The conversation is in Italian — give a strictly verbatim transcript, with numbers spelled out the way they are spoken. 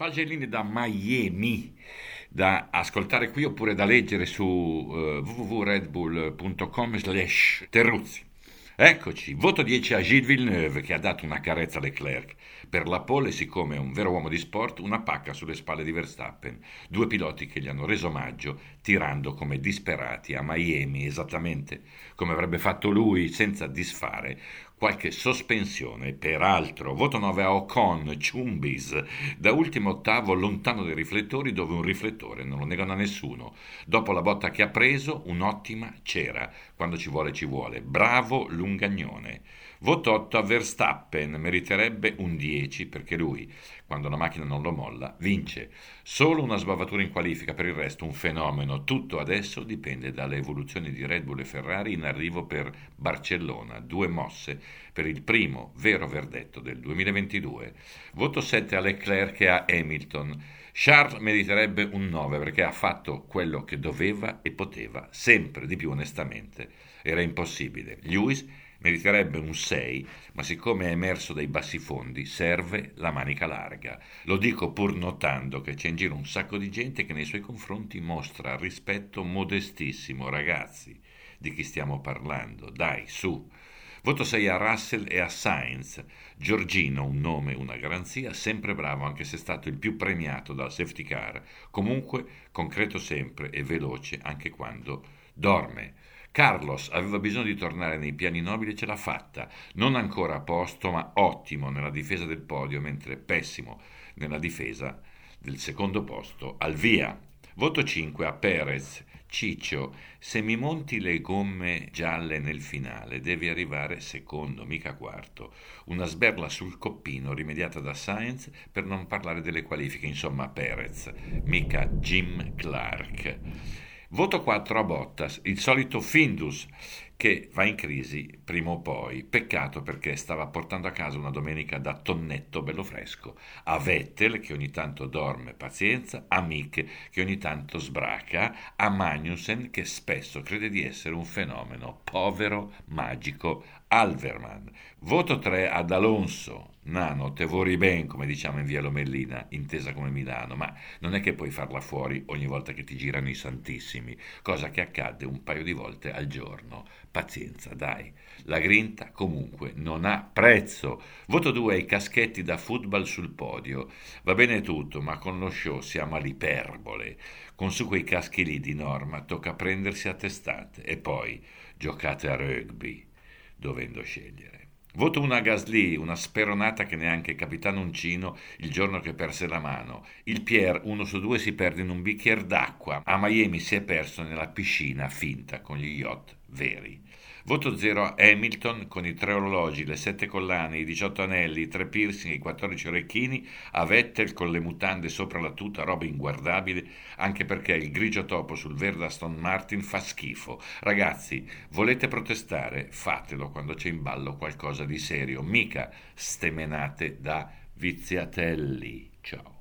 Pagelini da Miami, da ascoltare qui oppure da leggere su uh, w w w punto redbull punto com slash Terruzzi. Eccoci, voto dieci a Gilles Villeneuve che ha dato una carezza a Leclerc. Per la pole, siccome è un vero uomo di sport, una pacca sulle spalle di Verstappen. Due piloti che gli hanno reso omaggio tirando come disperati a Miami, esattamente come avrebbe fatto lui senza disfare qualche sospensione. Peraltro, voto nove a Ocon, Ciumbis, da ultimo ottavo lontano dai riflettori dove un riflettore non lo negano a nessuno. Dopo la botta che ha preso, un'ottima c'era, quando ci vuole ci vuole. Bravo Lungagnone. Voto otto a Verstappen, meriterebbe un dieci perché lui, quando la macchina non lo molla, vince. Solo una sbavatura in qualifica, per il resto un fenomeno. Tutto adesso dipende dalle evoluzioni di Red Bull e Ferrari in arrivo per Barcellona. Due mosse per il primo vero verdetto del duemilaventidue. Voto sette a Leclerc e a Hamilton. Charles meriterebbe un nove perché ha fatto quello che doveva e poteva, sempre di più onestamente. Era impossibile. Lewis meriterebbe un sei, ma siccome è emerso dai bassifondi serve la manica larga. Lo dico pur notando che c'è in giro un sacco di gente che nei suoi confronti mostra rispetto modestissimo. Ragazzi, di chi stiamo parlando? Dai, su! Voto sei a Russell e a Sainz. Giorgino, un nome, una garanzia, sempre bravo anche se è stato il più premiato dal safety car. Comunque, concreto sempre e veloce anche quando dorme. Carlos aveva bisogno di tornare nei piani nobili e ce l'ha fatta. Non ancora a posto, ma ottimo nella difesa del podio, mentre pessimo nella difesa del secondo posto al via. Voto cinque a Perez. Ciccio, se mi monti le gomme gialle nel finale devi arrivare secondo, mica quarto. Una sberla sul coppino rimediata da Sainz, per non parlare delle qualifiche. Insomma, Perez, mica Jim Clark. Voto quattro a Bottas, il solito Findus che va in crisi prima o poi. Peccato perché stava portando a casa una domenica da tonnetto bello fresco. A Vettel che ogni tanto dorme, pazienza, a Mick che ogni tanto sbraca, a Magnussen che spesso crede di essere un fenomeno, povero, magico Alverman. Voto tre ad Alonso. Nano, te vorrei ben, come diciamo in via Lomellina, intesa come Milano, ma non è che puoi farla fuori ogni volta che ti girano i santissimi, cosa che accade un paio di volte al giorno. Pazienza, dai. La grinta comunque non ha prezzo. Voto due ai caschetti da football sul podio. Va bene tutto, ma con lo show siamo all'iperbole. Con su quei caschi lì di norma tocca prendersi a testate e poi giocate a rugby, dovendo scegliere. Voto una a Gasly, una speronata che neanche Capitano Uncino il giorno che perse la mano. Il Pierre uno su due si perde in un bicchiere d'acqua. A Miami si è perso nella piscina finta con gli yacht veri. Voto zero a Hamilton con i tre orologi, le sette collane, i diciotto anelli, i tre piercing, i quattordici orecchini, a Vettel con le mutande sopra la tuta, roba inguardabile, anche perché il grigio topo sul verde Aston Martin fa schifo. Ragazzi, volete protestare? Fatelo quando c'è in ballo qualcosa di serio, mica ste menate da viziatelli. Ciao.